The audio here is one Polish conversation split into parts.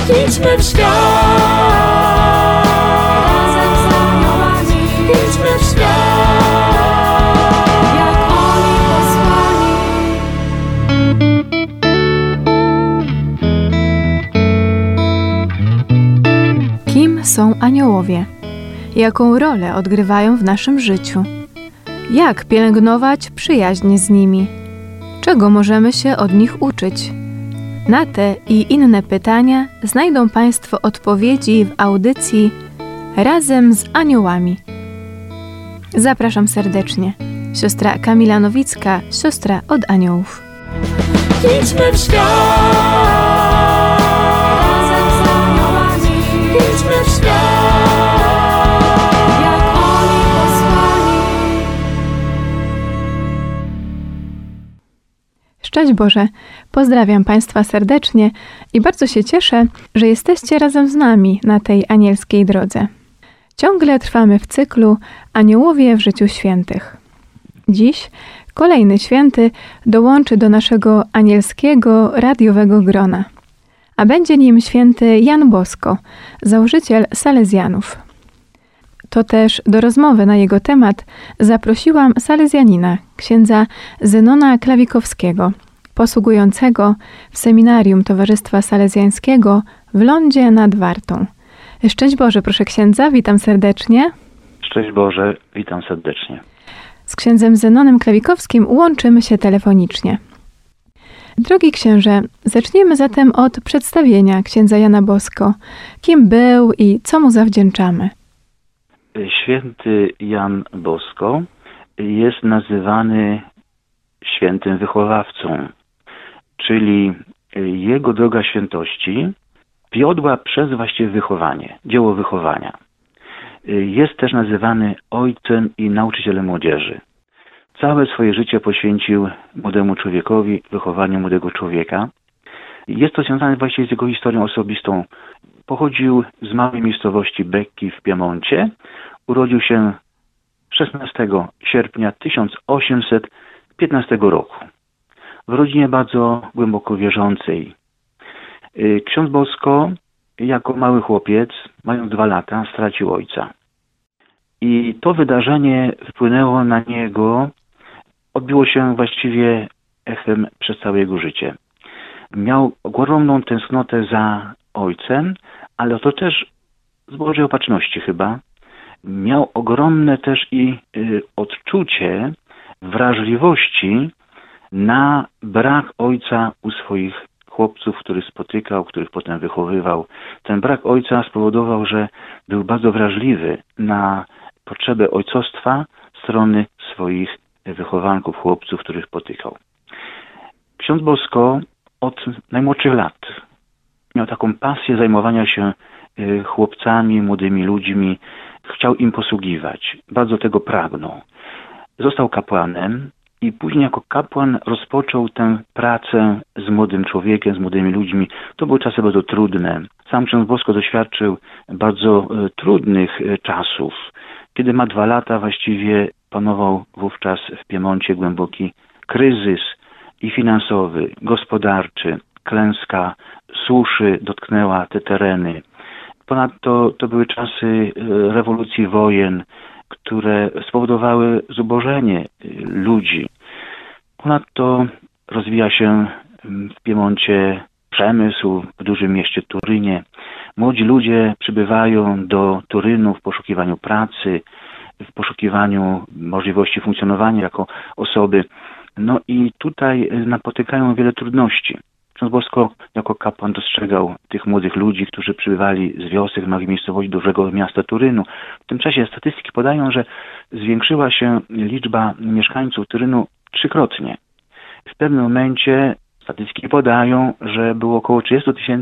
Idźmy w świat, razem z aniołami. Idźmy w świat, jak oni posłani. Kim są aniołowie? Jaką rolę odgrywają w naszym życiu? Jak pielęgnować przyjaźń z nimi? Czego możemy się od nich uczyć? Na te i inne pytania znajdą Państwo odpowiedzi w audycji Razem z Aniołami. Zapraszam serdecznie. Siostra Kamila Nowicka, siostra od aniołów. Idźmy w świat, razem z aniołami. Idźmy w świat, jak oni posłani. Szczęść Boże, pozdrawiam Państwa serdecznie i bardzo się cieszę, że jesteście razem z nami na tej anielskiej drodze. Ciągle trwamy w cyklu Aniołowie w życiu świętych. Dziś kolejny święty dołączy do naszego anielskiego radiowego grona, a będzie nim święty Jan Bosko, założyciel Salezjanów. To też do rozmowy na jego temat zaprosiłam salezjanina, księdza Zenona Klawikowskiego, posługującego w seminarium Towarzystwa Salezjańskiego w Lądzie nad Wartą. Szczęść Boże, proszę księdza, witam serdecznie. Szczęść Boże, witam serdecznie. Z księdzem Zenonem Klawikowskim łączymy się telefonicznie. Drogi księże, zaczniemy zatem od przedstawienia księdza Jana Bosko. Kim był i co mu zawdzięczamy? Święty Jan Bosko jest nazywany świętym wychowawcą, czyli jego droga świętości wiodła przez właściwie wychowanie, dzieło wychowania. Jest też nazywany ojcem i nauczycielem młodzieży. Całe swoje życie poświęcił młodemu człowiekowi, wychowaniu młodego człowieka. Jest to związane właściwie z jego historią osobistą. Pochodził z małej miejscowości Becchi w Piemoncie. Urodził się 16 sierpnia 1815 roku w rodzinie bardzo głęboko wierzącej. Ksiądz Bosko jako mały chłopiec, mając 2 lata, stracił ojca. I to wydarzenie wpłynęło na niego, odbiło się właściwie echem przez całe jego życie. Miał ogromną tęsknotę za ojcem, ale to też z Bożej opatrzności chyba. Miał ogromne też i odczucie wrażliwości na brak ojca u swoich chłopców, których spotykał, których potem wychowywał. Ten brak ojca spowodował, że był bardzo wrażliwy na potrzebę ojcostwa strony swoich wychowanków, chłopców, których spotykał. Ksiądz Bosko od najmłodszych lat miał taką pasję zajmowania się chłopcami, młodymi ludźmi. Chciał im posługiwać. Bardzo tego pragnął. Został kapłanem i później jako kapłan rozpoczął tę pracę z młodym człowiekiem, z młodymi ludźmi. To były czasy bardzo trudne. Sam ksiądz Bosko doświadczył bardzo trudnych czasów. Kiedy ma 2 lata, właściwie panował wówczas w Piemoncie głęboki kryzys i finansowy, gospodarczy. Klęska suszy dotknęła te tereny. Ponadto to były czasy rewolucji, wojen, które spowodowały zubożenie ludzi. Ponadto rozwija się w Piemoncie przemysł, w dużym mieście Turynie. Młodzi ludzie przybywają do Turynu w poszukiwaniu pracy, w poszukiwaniu możliwości funkcjonowania jako osoby. No i tutaj napotykają wiele trudności. Ksiądz Bosko jako kapłan dostrzegał tych młodych ludzi, którzy przybywali z wiosek, małych miejscowości, dużego miasta Turynu. W tym czasie statystyki podają, że zwiększyła się liczba mieszkańców Turynu 3-krotnie. W pewnym momencie statystyki podają, że było około 30 000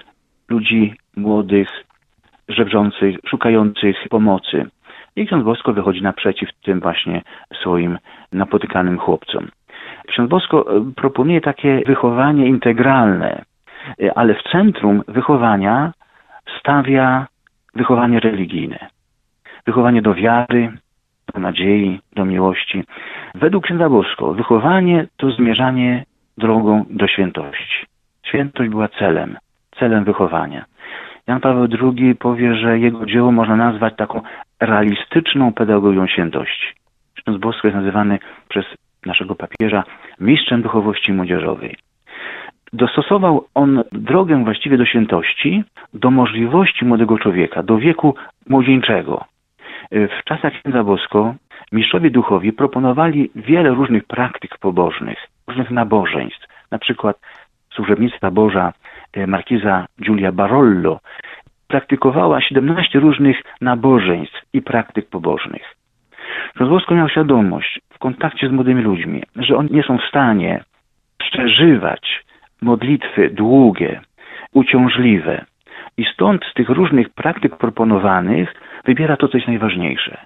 ludzi młodych, żebrzących, szukających pomocy. I ksiądz Bosko wychodzi naprzeciw tym właśnie swoim napotykanym chłopcom. Ksiądz Bosko proponuje takie wychowanie integralne, ale w centrum wychowania stawia wychowanie religijne. Wychowanie do wiary, do nadziei, do miłości. Według księdza Bosko wychowanie to zmierzanie drogą do świętości. Świętość była celem wychowania. Jan Paweł II powie, że jego dzieło można nazwać taką realistyczną pedagogią świętości. Ksiądz Bosko jest nazywany przez naszego papieża mistrzem duchowości młodzieżowej. Dostosował on drogę właściwie do świętości, do możliwości młodego człowieka, do wieku młodzieńczego. W czasach księdza Bosko mistrzowie duchowi proponowali wiele różnych praktyk pobożnych, różnych nabożeństw. Na przykład służebnictwa Boża markiza Giulia Barollo praktykowała 17 różnych nabożeństw i praktyk pobożnych. Ksiądz Bosko miał świadomość w kontakcie z młodymi ludźmi, że oni nie są w stanie przeżywać modlitwy długie, uciążliwe. I stąd z tych różnych praktyk proponowanych wybiera to, co jest najważniejsze.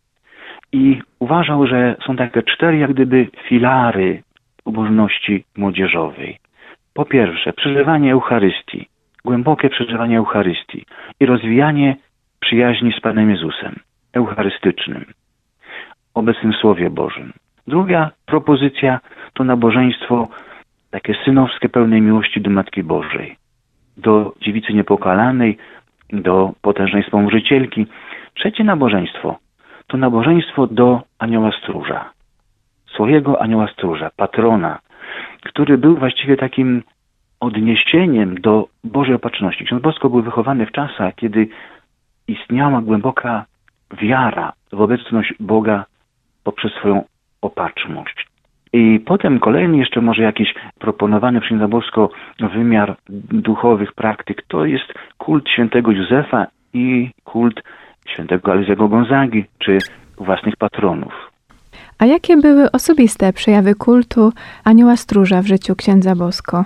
I uważał, że są takie 4 jak gdyby filary pobożności młodzieżowej. Po pierwsze, przeżywanie Eucharystii, głębokie przeżywanie Eucharystii i rozwijanie przyjaźni z Panem Jezusem, eucharystycznym, obecnym Słowie Bożym. Druga propozycja to nabożeństwo takie synowskie, pełnej miłości do Matki Bożej, do Dziewicy Niepokalanej, do potężnej wspomożycielki. Trzecie nabożeństwo to nabożeństwo do Anioła Stróża, swojego Anioła Stróża, patrona, który był właściwie takim odniesieniem do Bożej Opatrzności. Ksiądz Bosko był wychowany w czasach, kiedy istniała głęboka wiara w obecność Boga poprzez swoją opatrzność. I potem kolejny jeszcze może jakiś proponowany przez księdza Bosko wymiar duchowych praktyk to jest kult świętego Józefa i kult świętego Alezego Gonzagi, czy własnych patronów. A jakie były osobiste przejawy kultu Anioła Stróża w życiu księdza Bosko?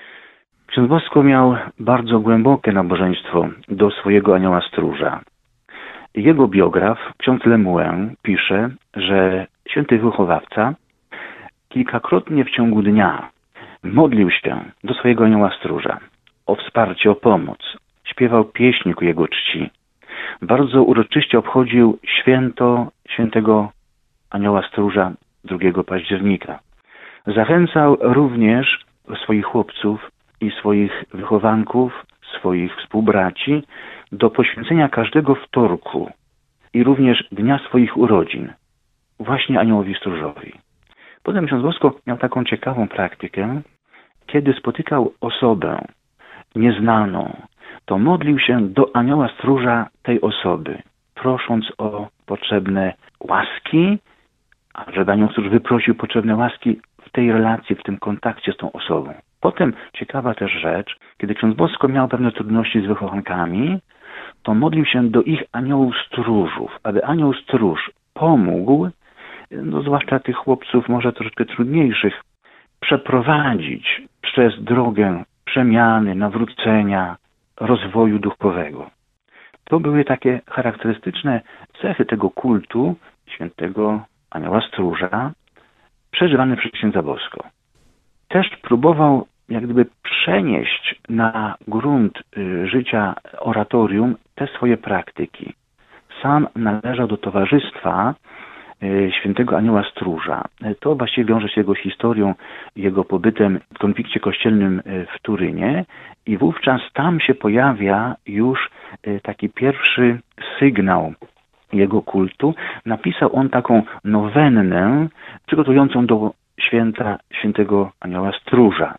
Ksiądz Bosko miał bardzo głębokie nabożeństwo do swojego Anioła Stróża. Jego biograf, ksiądz Lemuel, pisze, że święty wychowawca kilkakrotnie w ciągu dnia modlił się do swojego Anioła Stróża o wsparcie, o pomoc. Śpiewał pieśni ku jego czci. Bardzo uroczyście obchodził święto świętego Anioła Stróża 2 października. Zachęcał również swoich chłopców i swoich wychowanków, swoich współbraci do poświęcenia każdego wtorku i również dnia swoich urodzin właśnie Aniołowi Stróżowi. Potem ksiądz Bosko miał taką ciekawą praktykę, kiedy spotykał osobę nieznaną, to modlił się do Anioła Stróża tej osoby, prosząc o potrzebne łaski, a żeby Anioł Stróż wyprosił potrzebne łaski w tej relacji, w tym kontakcie z tą osobą. Potem ciekawa też rzecz, kiedy ksiądz Bosko miał pewne trudności z wychowankami, to modlił się do ich aniołów stróżów, aby Anioł Stróż pomógł, zwłaszcza tych chłopców może troszkę trudniejszych, przeprowadzić przez drogę przemiany, nawrócenia, rozwoju duchowego. To były takie charakterystyczne cechy tego kultu świętego Anioła Stróża, przeżywany przez księdza Bosko. Też próbował jak gdyby przenieść na grunt życia oratorium te swoje praktyki. Sam należał do towarzystwa świętego Anioła Stróża. To właściwie wiąże się jego historią, jego pobytem w konflikcie kościelnym w Turynie i wówczas tam się pojawia już taki pierwszy sygnał jego kultu. Napisał on taką nowennę przygotowującą do święta świętego Anioła Stróża.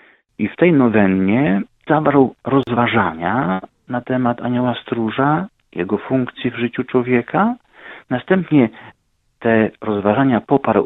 I w tej nowennie zawarł rozważania na temat Anioła Stróża, jego funkcji w życiu człowieka. Następnie te rozważania poparł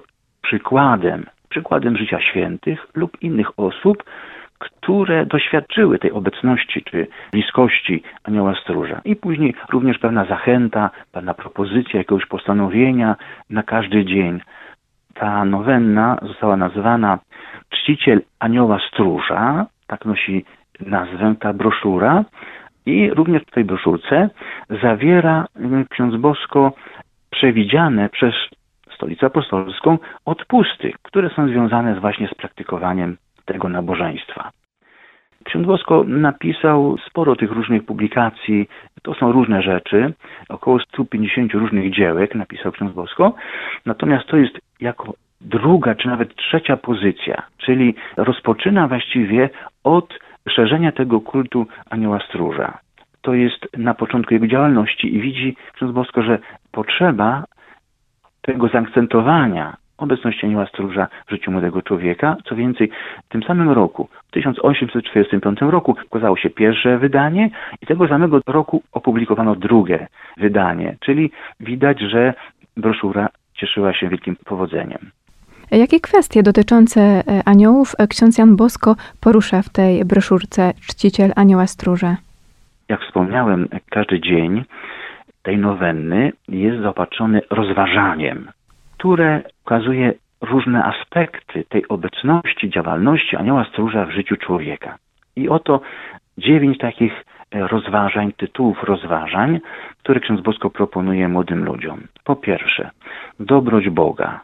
przykładem życia świętych lub innych osób, które doświadczyły tej obecności czy bliskości Anioła Stróża. I później również pewna zachęta, pewna propozycja jakiegoś postanowienia na każdy dzień. Ta nowenna została nazwana Czciciel Anioła Stróża, tak nosi nazwę ta broszura. I również w tej broszurce zawiera ksiądz Bosko przewidziane przez Stolicę Apostolską odpusty, które są związane właśnie z praktykowaniem tego nabożeństwa. Ksiądz Bosko napisał sporo tych różnych publikacji, to są różne rzeczy, około 150 różnych dziełek napisał ksiądz Bosko, natomiast to jest jako druga czy nawet trzecia pozycja, czyli rozpoczyna właściwie od szerzenia tego kultu Anioła Stróża. to jest na początku jego działalności i widzi ksiądz Bosko, że potrzeba tego zaakcentowania obecności anioła stróża w życiu młodego człowieka. Co więcej, w tym samym roku, w 1845 roku, ukazało się pierwsze wydanie i tego samego roku opublikowano drugie wydanie. Czyli widać, że broszura cieszyła się wielkim powodzeniem. Jakie kwestie dotyczące aniołów ksiądz Jan Bosko porusza w tej broszurce Czciciel Anioła Stróża? Jak wspomniałem, każdy dzień tej nowenny jest zaopatrzony rozważaniem, które ukazuje różne aspekty tej obecności, działalności anioła stróża w życiu człowieka. I oto 9 takich rozważań, tytułów rozważań, które ksiądz Bosko proponuje młodym ludziom. Po pierwsze, dobroć Boga,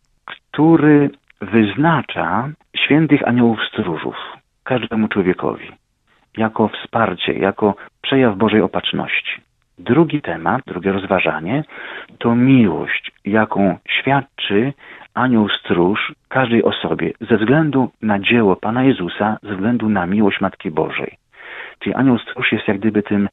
który wyznacza świętych aniołów stróżów każdemu człowiekowi jako wsparcie, jako przejaw Bożej opatrzności. Drugi temat, drugie rozważanie to miłość, jaką świadczy anioł stróż każdej osobie ze względu na dzieło Pana Jezusa, ze względu na miłość Matki Bożej. Czyli anioł stróż jest jak gdyby tym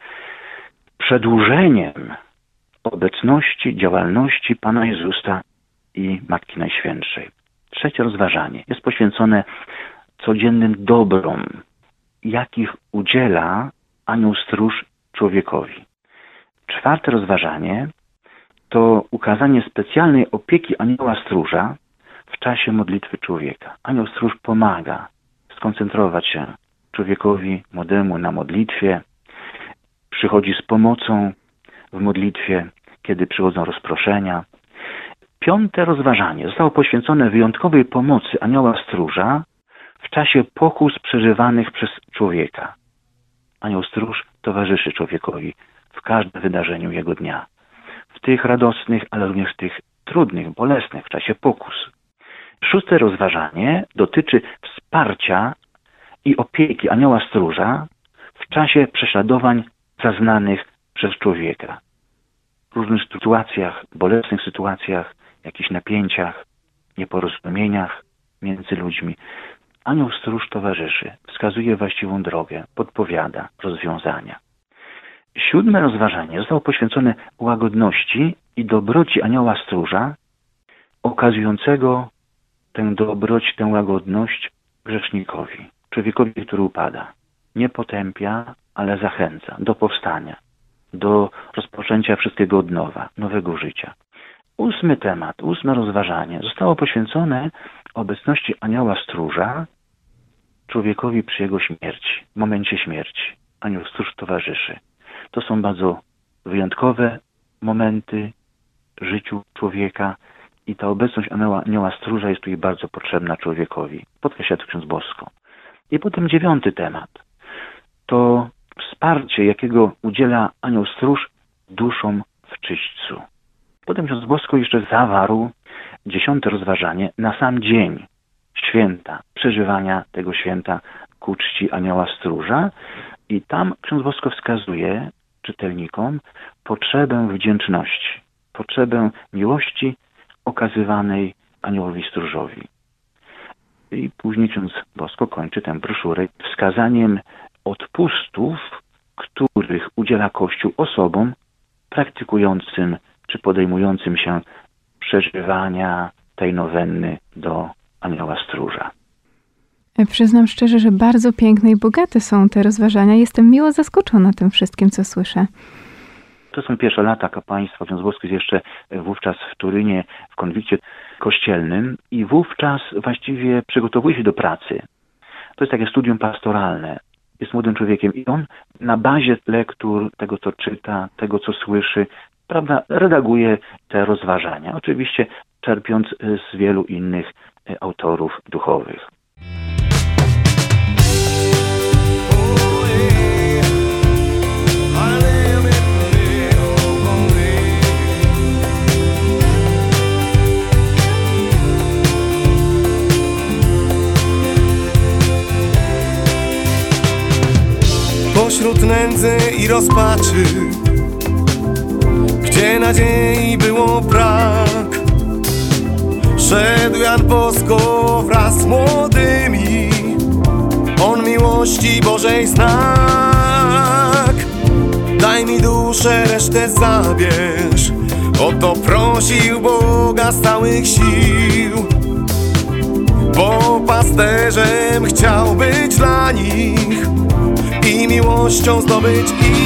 przedłużeniem obecności, działalności Pana Jezusa i Matki Najświętszej. Trzecie rozważanie jest poświęcone codziennym dobrom, jakich udziela anioł stróż człowiekowi. Czwarte rozważanie to ukazanie specjalnej opieki anioła stróża w czasie modlitwy człowieka. Anioł stróż pomaga skoncentrować się człowiekowi młodemu na modlitwie, przychodzi z pomocą w modlitwie, kiedy przychodzą rozproszenia. Piąte rozważanie zostało poświęcone wyjątkowej pomocy anioła stróża w czasie pokus przeżywanych przez człowieka. Anioł stróż towarzyszy człowiekowi w każdym wydarzeniu jego dnia. W tych radosnych, ale również w tych trudnych, bolesnych w czasie pokus. Szóste rozważanie dotyczy wsparcia i opieki anioła stróża w czasie prześladowań zaznanych przez człowieka. W różnych sytuacjach, bolesnych sytuacjach, jakichś napięciach, nieporozumieniach między ludźmi. Anioł stróż towarzyszy, wskazuje właściwą drogę, podpowiada rozwiązania. Siódme rozważanie zostało poświęcone łagodności i dobroci anioła stróża, okazującego tę dobroć, tę łagodność grzesznikowi, człowiekowi, który upada. Nie potępia, ale zachęca do powstania, do rozpoczęcia wszystkiego od nowa, nowego życia. Ósmy temat, ósme rozważanie zostało poświęcone obecności anioła stróża człowiekowi przy jego śmierci, w momencie śmierci. Anioł stróż towarzyszy. To są bardzo wyjątkowe momenty w życiu człowieka i ta obecność anioła stróża jest tutaj bardzo potrzebna człowiekowi. Podkreśla to ksiądz Bosko. I potem 9 temat. To wsparcie, jakiego udziela anioł stróż duszom w czyśćcu. Potem ksiądz Bosko jeszcze zawarł 10 rozważanie na sam dzień święta, przeżywania tego święta ku czci anioła stróża. I tam ksiądz Bosko wskazuje czytelnikom potrzebę wdzięczności, potrzebę miłości okazywanej aniołowi stróżowi. I później ksiądz Bosko kończy tę broszurę wskazaniem odpustów, których udziela Kościół osobom praktykującym czy podejmującym się przeżywania tej nowenny do anioła stróża. Przyznam szczerze, że bardzo piękne i bogate są te rozważania. Jestem miło zaskoczona tym wszystkim, co słyszę. To są pierwsze lata kapłaństwa. Ksiądz Bosko jest jeszcze wówczas w Turynie, w konwikcie kościelnym i wówczas właściwie przygotowuje się do pracy. To jest takie studium pastoralne. Jest młodym człowiekiem i on na bazie lektur, tego co czyta, tego co słyszy, prawda, redaguje te rozważania. Oczywiście czerpiąc z wielu innych autorów duchowych. Pośród nędzy i rozpaczy, gdzie nadziei było brak, szedł Jan Bosko wraz z młodymi, on miłości Bożej znak. duszę, resztę zabierz. O to prosił Boga z całych sił, bo pasterzem chciał być dla nich i miłością zdobyć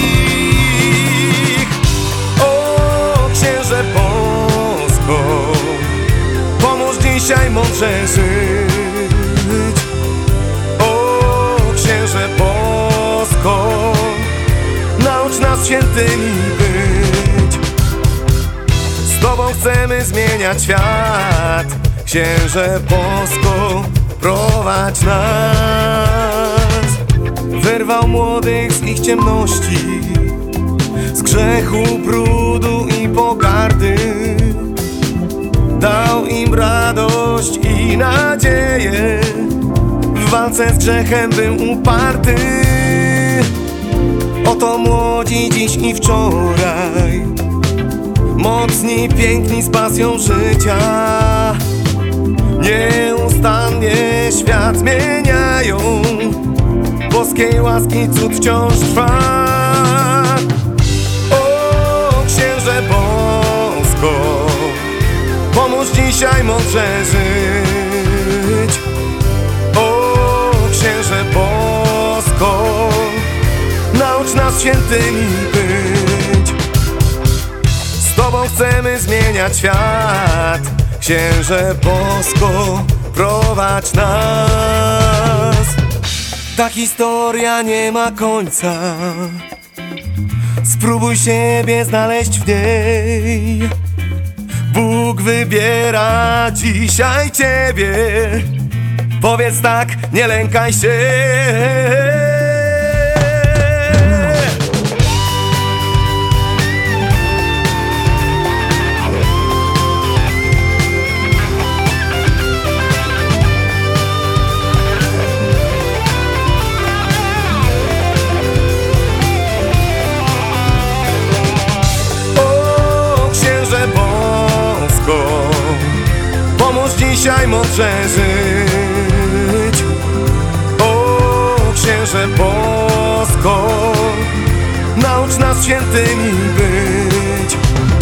ich. O Księże Bosko, pomóż dzisiaj mądrze żyć. O Księże Bosko, naucz nas świętymi być. Z Tobą chcemy zmieniać świat. Księże Bosko, prowadź nas. Wyrwał młodych z ich ciemności, z grzechu, brudu i pogardy. Dał im radość i nadzieję. W walce z grzechem był uparty. Oto młodzi dziś i wczoraj, mocni, piękni, z pasją życia. Nieustannie świat zmieniają. Boskiej łaski cud wciąż trwa. O Księże Bosko, pomóż dzisiaj mądrze żyć. O Księże Bosko, naucz nas świętymi być. Z Tobą chcemy zmieniać świat. Księże Bosko, prowadź nas. Ta historia nie ma końca. Spróbuj siebie znaleźć w niej. Bóg wybiera dzisiaj Ciebie. Powiedz tak, nie lękaj się. Pomóż dzisiaj mądrze żyć. O Księże Bosko, naucz nas świętymi być.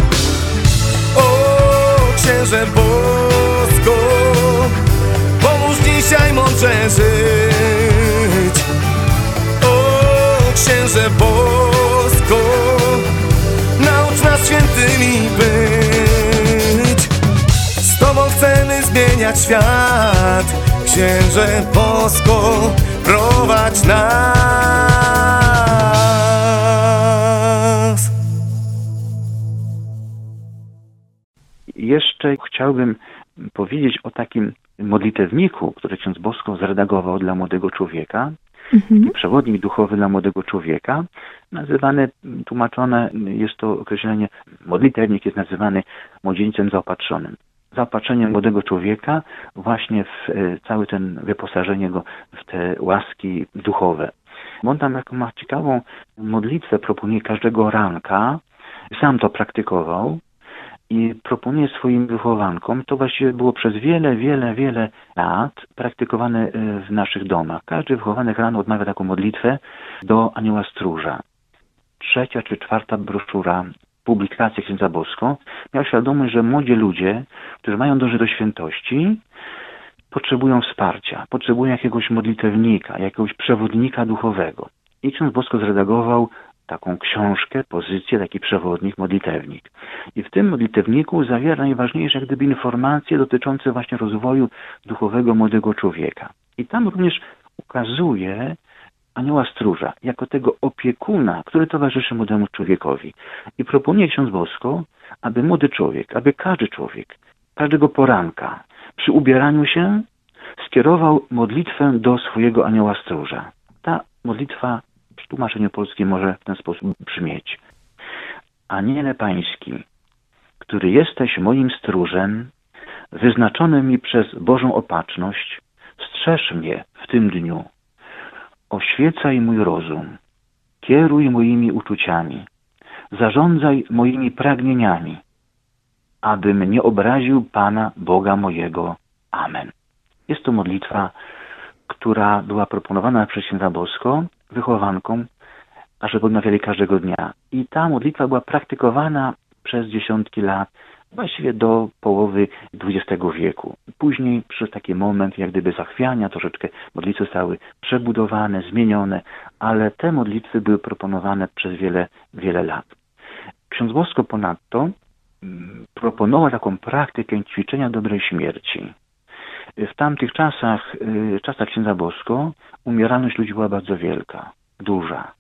O Księże Bosko, pomóż dzisiaj mądrze żyć. O Księże Bosko, naucz nas świętymi być. Z Tobą chcemy zmieniać świat. Księże Bosko, prowadź nas. Jeszcze chciałbym powiedzieć o takim modlitewniku, który ksiądz Bosko zredagował dla młodego człowieka. Taki przewodnik duchowy dla młodego człowieka, nazywany, tłumaczone jest to określenie, modlitewnik jest nazywany młodzieńcem zaopatrzonym. Zaopatrzeniem młodego człowieka właśnie w cały ten, wyposażenie go w te łaski duchowe. On tam ma ciekawą modlitwę, proponuje każdego ranka, sam to praktykował i proponuje swoim wychowankom. To właściwie było przez wiele lat praktykowane w naszych domach. Każdy wychowanek rano odmawia taką modlitwę do Anioła Stróża. 3. czy 4. broszura, publikacja księdza Bosko, miał świadomość, że młodzi ludzie, którzy mają dążyć do świętości, potrzebują wsparcia, potrzebują jakiegoś modlitewnika, jakiegoś przewodnika duchowego. I ksiądz Bosko zredagował taką książkę, pozycję, taki przewodnik, modlitewnik. I w tym modlitewniku zawiera najważniejsze jak gdyby informacje dotyczące właśnie rozwoju duchowego młodego człowieka. I tam również ukazuje Anioła Stróża jako tego opiekuna, który towarzyszy młodemu człowiekowi. I proponuje ksiądz Bosko, aby młody człowiek, aby każdy człowiek, każdego poranka przy ubieraniu się skierował modlitwę do swojego Anioła Stróża. Ta modlitwa w tłumaczeniu polskim może w ten sposób brzmieć. Aniele Pański, który jesteś moim stróżem, wyznaczony mi przez Bożą opatrzność, strzeż mnie w tym dniu. Oświecaj mój rozum, kieruj moimi uczuciami, zarządzaj moimi pragnieniami, abym nie obraził Pana Boga mojego. Amen. Jest to modlitwa, która była proponowana przez księdza Bosko wychowankom ażeby odmawiali każdego dnia. I ta modlitwa była praktykowana przez dziesiątki lat, właściwie do połowy XX wieku. Później przyszedł taki moment jak gdyby zachwiania, troszeczkę modlitwy zostały przebudowane, zmienione, ale te modlitwy były proponowane przez wiele lat. Ksiądz Bosko ponadto proponował taką praktykę ćwiczenia dobrej śmierci. W tamtych czasach księdza Bosko, umieralność ludzi była bardzo wielka, duża.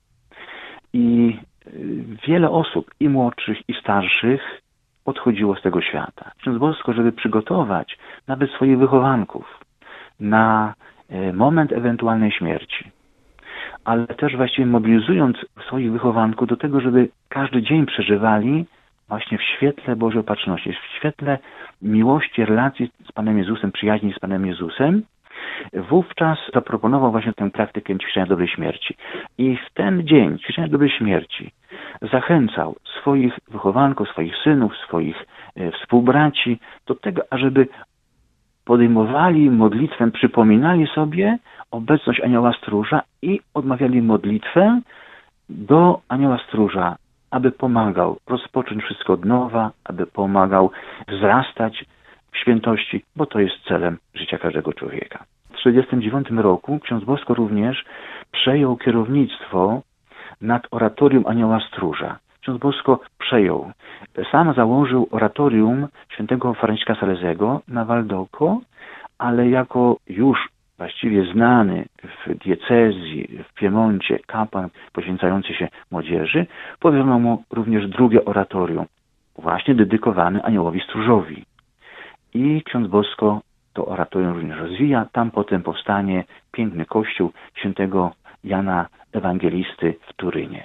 I wiele osób, i młodszych, i starszych, odchodziło z tego świata. Ksiądz Bosko, żeby przygotować nawet swoich wychowanków na moment ewentualnej śmierci, ale też właściwie mobilizując swoich wychowanków do tego, żeby każdy dzień przeżywali właśnie w świetle Bożej Opatrzności, w świetle miłości, relacji z Panem Jezusem, przyjaźni z Panem Jezusem, wówczas zaproponował właśnie tę praktykę ćwiczenia dobrej śmierci. I w ten dzień ćwiczenia dobrej śmierci zachęcał swoich wychowanków, swoich synów, swoich współbraci do tego, ażeby podejmowali modlitwę, przypominali sobie obecność Anioła Stróża i odmawiali modlitwę do Anioła Stróża, aby pomagał rozpocząć wszystko od nowa, aby pomagał wzrastać w świętości, bo to jest celem życia każdego człowieka. W 1939 roku ksiądz Bosko również przejął kierownictwo nad oratorium Anioła Stróża. Ksiądz Bosko przejął. Sam założył oratorium świętego Franciszka Salezego na Valdocco, ale jako już właściwie znany w diecezji, w Piemoncie kapłan poświęcający się młodzieży, powierzono mu również drugie oratorium, właśnie dedykowane Aniołowi Stróżowi. I ksiądz Bosko to oratorium również rozwija. Tam potem powstanie piękny kościół świętego Jana Ewangelisty w Turynie.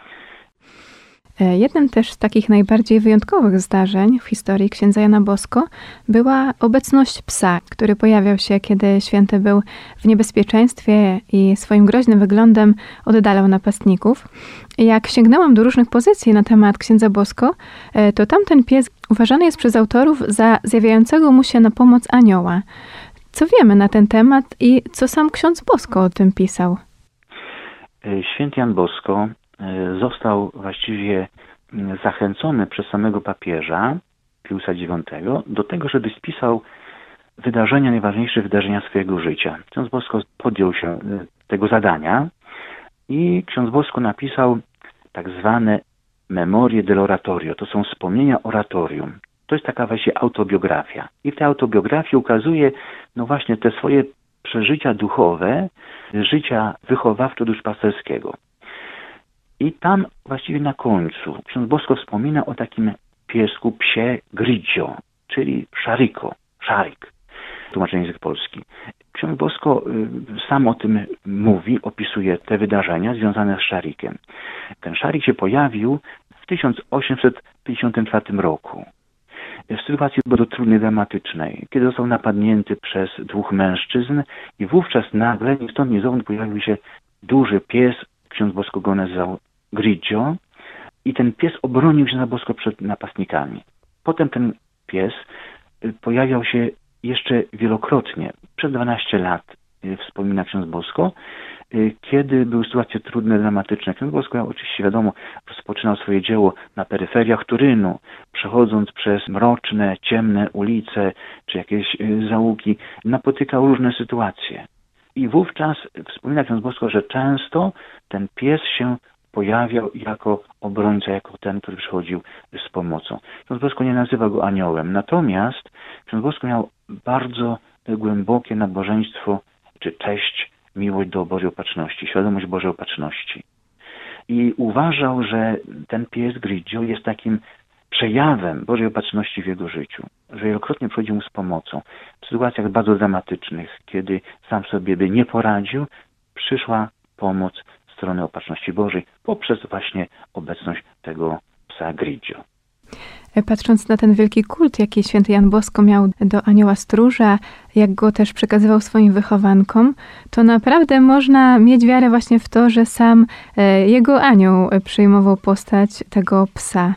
Jednym też z takich najbardziej wyjątkowych zdarzeń w historii księdza Jana Bosko była obecność psa, który pojawiał się, kiedy święty był w niebezpieczeństwie i swoim groźnym wyglądem oddalał napastników. Jak sięgnęłam do różnych pozycji na temat księdza Bosko, to tamten pies uważany jest przez autorów za zjawiającego mu się na pomoc anioła. Co wiemy na ten temat i co sam ksiądz Bosko o tym pisał? Święty Jan Bosko został właściwie zachęcony przez samego papieża Piusa IX do tego, żeby spisał najważniejsze wydarzenia swojego życia. Ksiądz Bosko podjął się tego zadania i ksiądz Bosko napisał tak zwane Memorie dell'Oratorio. To są wspomnienia oratorium. To jest taka właśnie autobiografia. I w tej autobiografii ukazuje właśnie te swoje przeżycia duchowe, życia wychowawczo-duszpasterskiego. I tam właściwie na końcu ksiądz Bosko wspomina o takim piesku, psie Grigio, czyli szarik, tłumaczenie język polski. Ksiądz Bosko sam o tym mówi, opisuje te wydarzenia związane z szarikiem. Ten szarik się pojawił w 1854 roku. W sytuacji bardzo trudnej, dramatycznej, kiedy został napadnięty przez dwóch mężczyzn i wówczas nagle, ni stąd ni zowąd pojawił się duży pies, ksiądz Bosko go nazywał Grigio, i ten pies obronił księdza Bosko przed napastnikami. Potem ten pies pojawiał się jeszcze wielokrotnie, przez 12 lat, wspomina ksiądz Bosko, kiedy były sytuacje trudne, dramatyczne. Ksiądz Bosko, oczywiście wiadomo, rozpoczynał swoje dzieło na peryferiach Turynu, przechodząc przez mroczne, ciemne ulice, czy jakieś zaułki, napotykał różne sytuacje. I wówczas wspomina ksiądz Bosko, że często ten pies się pojawiał jako obrońca, jako ten, który przychodził z pomocą. Ksiądz Bosko nie nazywa go aniołem, natomiast ksiądz Bosko miał bardzo głębokie nabożeństwo, czy cześć, miłość do Bożej Opatrzności, świadomość Bożej Opatrzności. I uważał, że ten pies Grigio jest takim przejawem Bożej Opatrzności w jego życiu, że wielokrotnie przychodzi mu z pomocą. W sytuacjach bardzo dramatycznych, kiedy sam sobie by nie poradził, przyszła pomoc strony Opatrzności Bożej poprzez właśnie obecność tego psa Grigio. Patrząc na ten wielki kult, jaki święty Jan Bosko miał do Anioła Stróża, jak go też przekazywał swoim wychowankom, to naprawdę można mieć wiarę właśnie w to, że sam jego anioł przyjmował postać tego psa.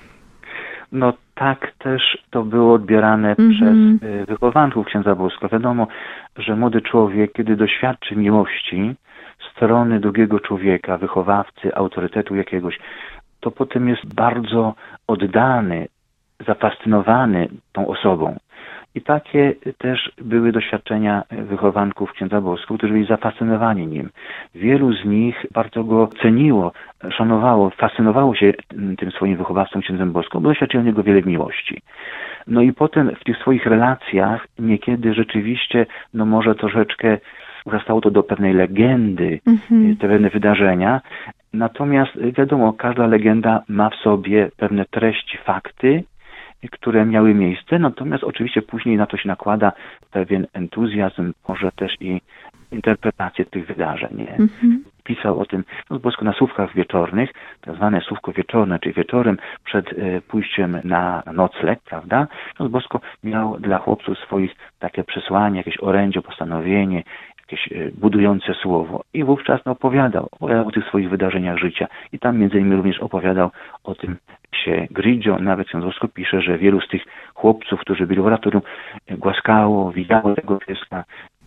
No tak też to było odbierane przez wychowanków księdza Bosko. Wiadomo, że młody człowiek, kiedy doświadczy miłości strony drugiego człowieka, wychowawcy, autorytetu jakiegoś, to potem jest bardzo oddany, zafascynowany tą osobą. I takie też były doświadczenia wychowanków księdza Bosko, którzy byli zafascynowani nim. Wielu z nich bardzo go ceniło, szanowało, fascynowało się tym swoim wychowawcą księdzem Bosko, bo doświadczyło od niego wiele miłości. No i potem w tych swoich relacjach niekiedy rzeczywiście, no może troszeczkę urastało to do pewnej legendy, te pewne wydarzenia. Natomiast wiadomo, każda legenda ma w sobie pewne treści, fakty, które miały miejsce, natomiast oczywiście później na to się nakłada pewien entuzjazm, może też i interpretację tych wydarzeń. Pisał o tym Bosko na słówkach wieczornych, tak zwane słówko wieczorne, czyli wieczorem przed pójściem na nocleg, prawda? Bosko miał dla chłopców swoich takie przesłanie, jakieś orędzie, postanowienie, jakieś budujące słowo. I wówczas opowiadał o tych swoich wydarzeniach życia. I tam między innymi również opowiadał o tym psie Gridzio. Nawet ksiądz Bosko pisze, że wielu z tych chłopców, którzy byli w oratorium, głaskało, widziało tego pieska.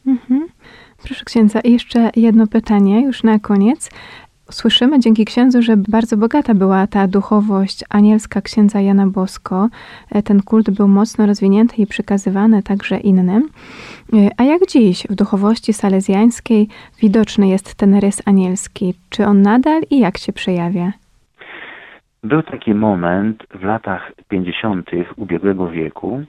Proszę księdza, jeszcze jedno pytanie już na koniec. Słyszymy dzięki księdzu, że bardzo bogata była ta duchowość anielska księdza Jana Bosko. Ten kult był mocno rozwinięty i przekazywany także innym. A jak dziś w duchowości salezjańskiej widoczny jest ten rys anielski? Czy on nadal i jak się przejawia? Był taki moment w latach 50. ubiegłego wieku,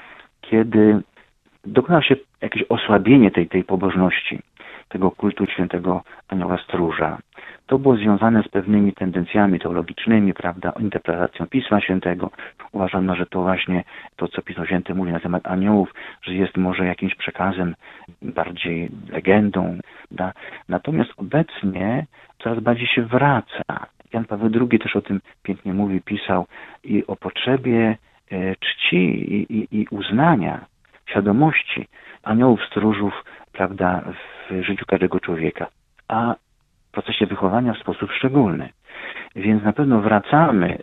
kiedy dokonało się jakieś osłabienie tej pobożności, tego kultu świętego Anioła Stróża. To było związane z pewnymi tendencjami teologicznymi, prawda, interpretacją Pisma Świętego. Uważano, że to właśnie to, co Pismo Święte mówi na temat aniołów, że jest może jakimś przekazem, bardziej legendą. Da. Natomiast obecnie coraz bardziej się wraca. Jan Paweł II też o tym pięknie mówi, pisał i o potrzebie czci i uznania, świadomości aniołów, stróżów, prawda, w życiu każdego człowieka. A w procesie wychowania w sposób szczególny. Więc na pewno wracamy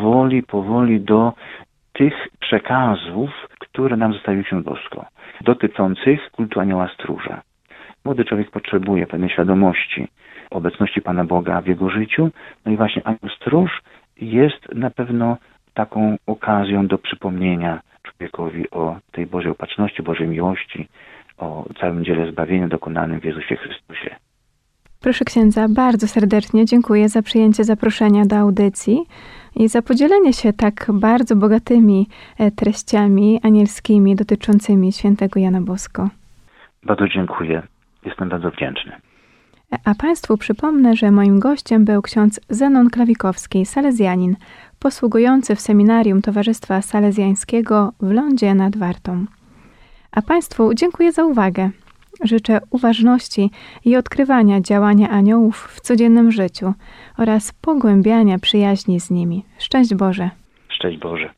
powoli do tych przekazów, które nam zostawił ksiądz Bosko, dotyczących kultu anioła stróża. Młody człowiek potrzebuje pewnej świadomości obecności Pana Boga w jego życiu. No i właśnie anioł stróż jest na pewno taką okazją do przypomnienia człowiekowi o tej Bożej opatrzności, Bożej miłości, o całym dziele zbawienia dokonanym w Jezusie Chrystusie. Proszę księdza, bardzo serdecznie dziękuję za przyjęcie zaproszenia do audycji i za podzielenie się tak bardzo bogatymi treściami anielskimi dotyczącymi świętego Jana Bosko. Bardzo dziękuję. Jestem bardzo wdzięczny. A Państwu przypomnę, że moim gościem był ksiądz Zenon Klawikowski, salezjanin, posługujący w seminarium Towarzystwa Salezjańskiego w Lądzie nad Wartą. A Państwu dziękuję za uwagę. Życzę uważności i odkrywania działania aniołów w codziennym życiu oraz pogłębiania przyjaźni z nimi. Szczęść Boże! Szczęść Boże!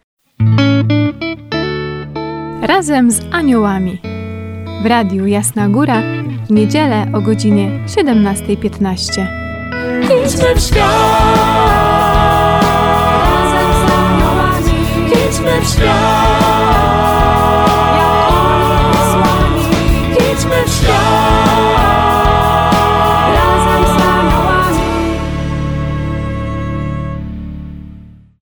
Razem z aniołami w Radiu Jasna Góra w niedzielę o godzinie 17:15. Idźmy w świat, razem z aniołami. Idźmy w świat.